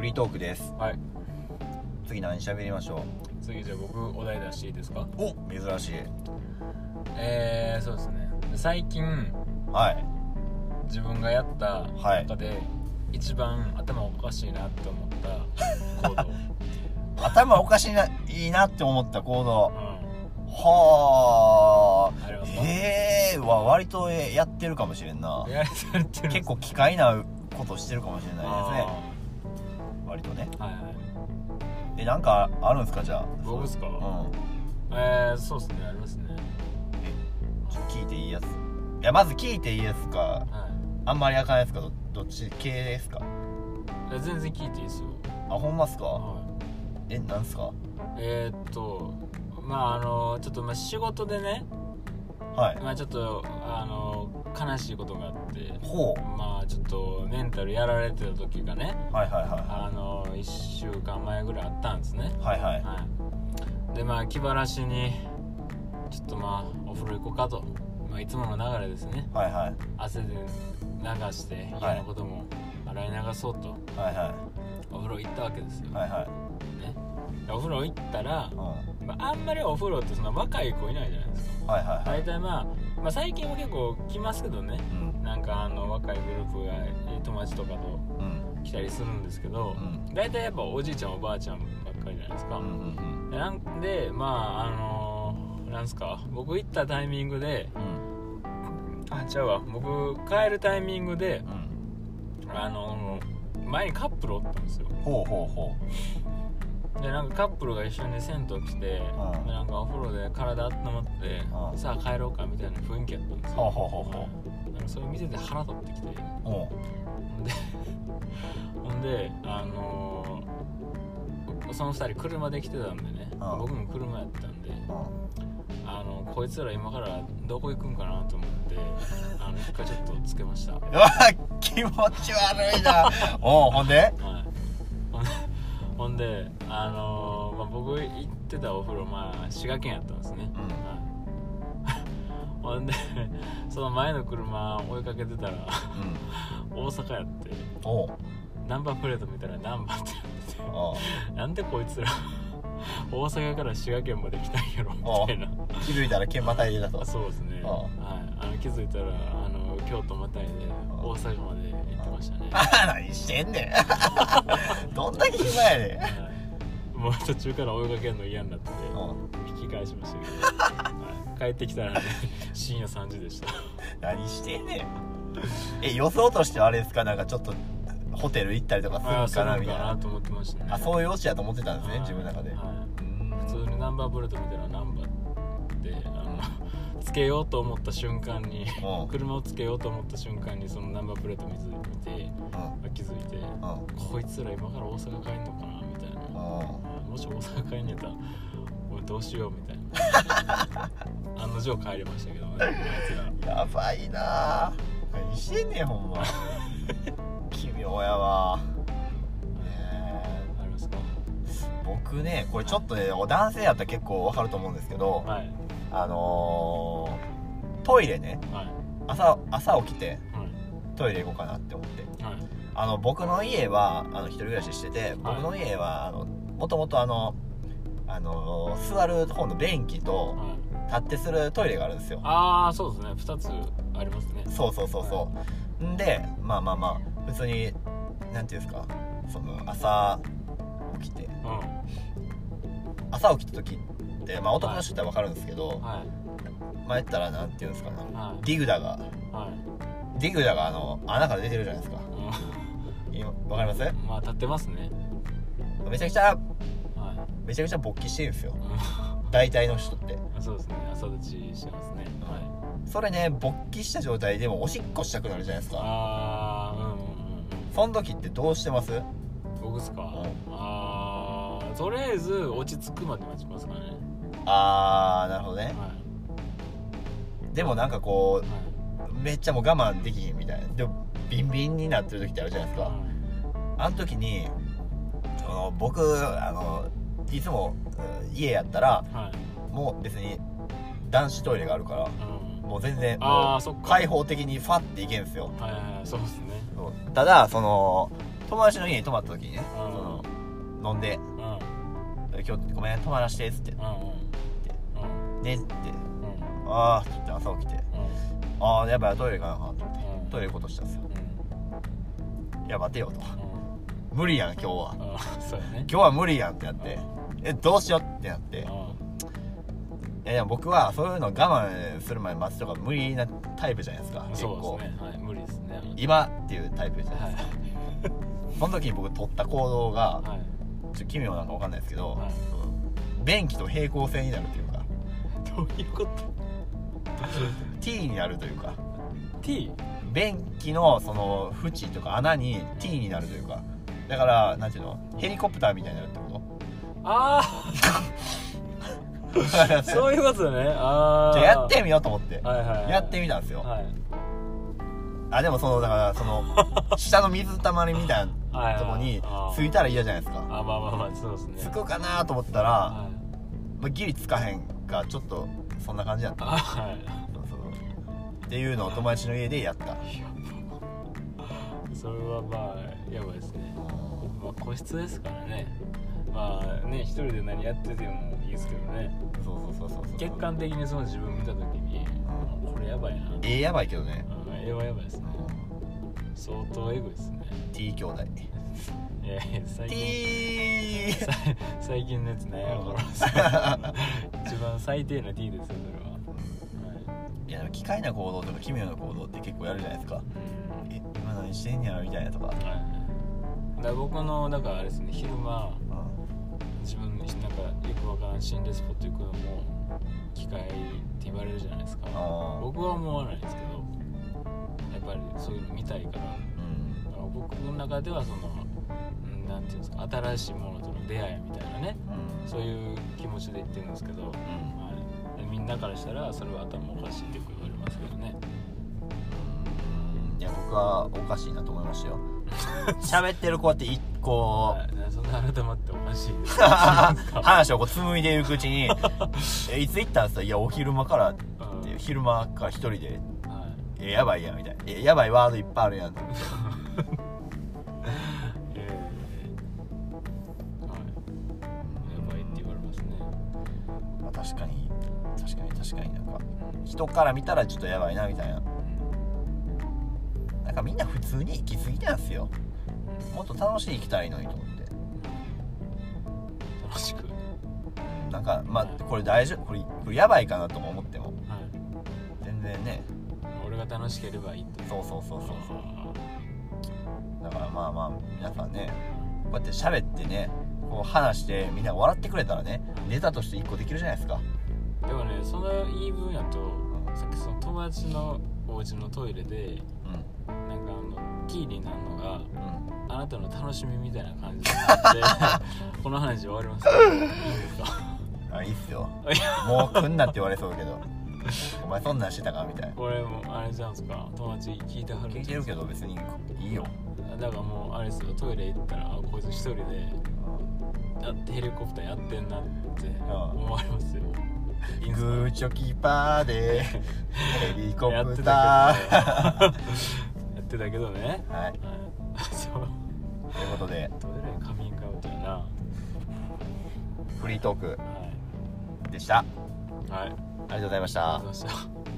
リートークです。 はい。 次何喋りましょう。 次じゃあ僕お題出していいですか。 お、珍しい。 そうですね。最近はい自分がやった中で一番頭おかしいなって思った行動。 頭おかしいなって思った行動、 はあありますか。 は割とやってるかもしれんな。 やられてる。 結構奇怪なことしてるかもしれないですね。割とね。 はいはい。 なんかあるんですか。じゃあ僕ですか。そうですね、ありますね。 聞いていいやつ。いや、まず聞いていいやつか、 はい、 あんまりあかんやつか、どっち系ですか。 全然聞いていいですよ。 あ、ほんまっすか。 はい、 なんすか。 ちょっと仕事でね、 はい、 ちょっと悲しいことがあって、 ほう、 ちょっとメンタルやられてた時がね、 はいはいは 1週間前ぐらいあったんですね。 はいはい、 はい、で気晴らしにちょっとお風呂行こうかと、いつもの流れですね。 はいはい、 汗で流して嫌なことも洗い流そうと、 はいはい、 お風呂行ったわけですよ。 はいはい、 ね、お風呂行ったら、 うん、 あんまりお風呂ってその若い子いないじゃないですか。 はいはいはい、 大体最近は結構来ますけどね、 うん、 なんか若いグループが友達とかと来たりするんですけど、 うん、 大体やっぱおじいちゃんおばあちゃんばっかりじゃないですか。 うんうんうん、 なんでなんすか、僕行ったタイミングで、僕帰るタイミングで、前にカップルおったんですよ。 ほうほうほうで、なんかカップルが一緒に銭湯来て、でなんかお風呂で体温まって、さあ帰ろうかみたいな雰囲気やったんですよ。なんかそれ見てて腹立ってきて、ほんでその2人車で来てたんでね、僕も車やったんで、こいつら今からどこ行くんかなと思って一回ちょっとつけました。 うわ、気持ち悪いな。ほんで、はい、 ほんで僕行ってたお風呂滋賀県やったんですね。ほんでその前の車追いかけてたら、大阪やって、ナンバープレート見たらナンバーってなってて、なんでこいつら大阪から滋賀県まで来たんやろみたいな。 気づいたら県またいでたと。 そうですね。気づいたら京都またいで大阪まで行ってましたね。 何してんねん。どんだけ暇やねん。もう途中から追いかけるの嫌になって引き返しましたけど、帰ってきたらね、深夜3時でした。 何してんねん。予想としてはあれですか、なんかちょっとホテル行ったりとかするかなみたいなと思ってましたね。 そういうオチやと思ってたんですね、自分の中で。 普通にナンバープレート見たらナンバーでつけようと思った瞬間に車をつけようと思った瞬間にそのナンバープレート見て気づいて、こいつら今から大阪帰んのかなみたいな。もし大阪帰んねやったら俺どうしようみたいな。案の定帰りましたけどね、あいつら。やばいな。何してんねんほんま。奇妙やわ。ありますか。 僕ね、これちょっとね、男性やったら結構わかると思うんですけど、トイレね、朝起きて、トイレ行こうかなって思って、僕の家は一人暮らししてて、僕の家はもともと座る方の便器と、立ってするトイレがあるんですよ。 そうですね、2つありますね。 そう、んで普通になんていうんですか、その朝起きて、朝起きた時って男の人って分かるんですけど、言ったらなんていうんですかね、ディグダが穴から出てるじゃないですか。わかります？ 立ってますね。 めちゃくちゃ勃起してるんですよ。大体の人って。 そうですね、朝立ちしてますね。 それね、勃起した状態でもおしっこしたくなるじゃないですか。その時ってどうしてます？ 僕ですか。とりあえず落ち着くまで待ちますかね。 なるほどね。でもなんかこう、めっちゃもう我慢できひんみたいな。でもビンビンになってる時ってあるじゃないですか。あの時に僕いつも家やったら、もう別に男子トイレがあるから、もう全然開放的にファッていけんすよ。 そうですね。 ただ友達の家に泊まった時にね、 飲んで、今日ごめん泊まらしてっつって、ねって、あーって言って朝起きて、あーやばいトイレ行かなあかんと思って、トイレ行こうとしたんですよ。いや待てよと、無理やん今日は、 そうやね、 今日は無理やんってなって、どうしようってなって、いや僕はそういうの我慢するまで待つとか無理なタイプじゃないですか。結構そうですね、はい、無理ですね。 今っていうタイプじゃないですか、その時に僕取った行動が、ちょっと奇妙なのか分かんないですけど、便器と平行線になるというか。 どういうこと？ T になるというか。 T？ 便器のその縁とか穴に T になるというか、だからなんていうの、ヘリコプターみたいになるってこと？ ああそういうことね。ああ、 じゃあやってみようと思って、やってみたんですよ、あでもそのだからその下の水たまりみたいなとこについたら嫌じゃないですか。 まあそうですね。 つくかなと思ったら、ギリつかへんか、ちょっとそんな感じだった。っていうのを友達の家でやった。 それはまあやばいですね。まあ個室ですからね。まあね、一人で何やっててもいいですけどね。そう客観的にその自分見た時に、これやばいな。 やばいけどね。 はやばいですね。相当エグいですね。 T 兄弟。 いや最近のやつね、一番最低な T ですよそれは。 いやでも奇怪な行動とか奇妙な行動って結構やるじゃないですか。今何してんやろみたいなとか。だから僕のだからあれですね、昼間、自分なんかよくわからん心霊スポット行くのも機械って言われるじゃないですか。僕は思わないですけど、やっぱりそういうの見たいから、だから僕の中ではそのなんていうんですか、新しいものとの出会いみたいなね、そういう気持ちで言ってるんですけど、みんなからしたらそれは頭おかしいって言われますけどね。 いや僕はおかしいなと思いましたよ。喋ってる子って一個、 そんな改まっておかしいです話をこう紡いでいくうちにいつ行ったんすか？いやお昼間からって、昼間から一人で、やばいやみたいな、やばいワードいっぱいあるやんってやばいって言われますね。 確かになんか人から見たらちょっとやばいなみたいな。なんかみんな普通に生きすぎたんすよ。もっと楽しい生きたいのにと思って。 楽しくなんかまあこれ大丈夫、これやばいかなとも思っても、全然ね、 俺が楽しければいいって。 そうだからまあ皆さんね、こうやって喋ってね、こう話してみんな笑ってくれたらね、ネタとして1個できるじゃないですか。 でもね、その言い分やと、さっきその友達のお家のトイレで、なんかT になるのが、あなたの楽しみみたいな感じになってこの話終わりますけど、いいですか？ いいっすよ。もう来んなって言われそうだけどお前そんなんしてたかみたいな。 これもあれじゃんすか、友達聞いてはる？ 聞いてるけど別にいいよ。 だからもうあれですよ、トイレ行ったらこいつ一人でヘリコプターやってんなって思われますよ。 グーチョキパーでヘリコプターやってたけどね。 はい、 そうということで、 どれらいカミングアウトやな。 フリートークでした。 はい、ありがとうございました。 ありがとうございました。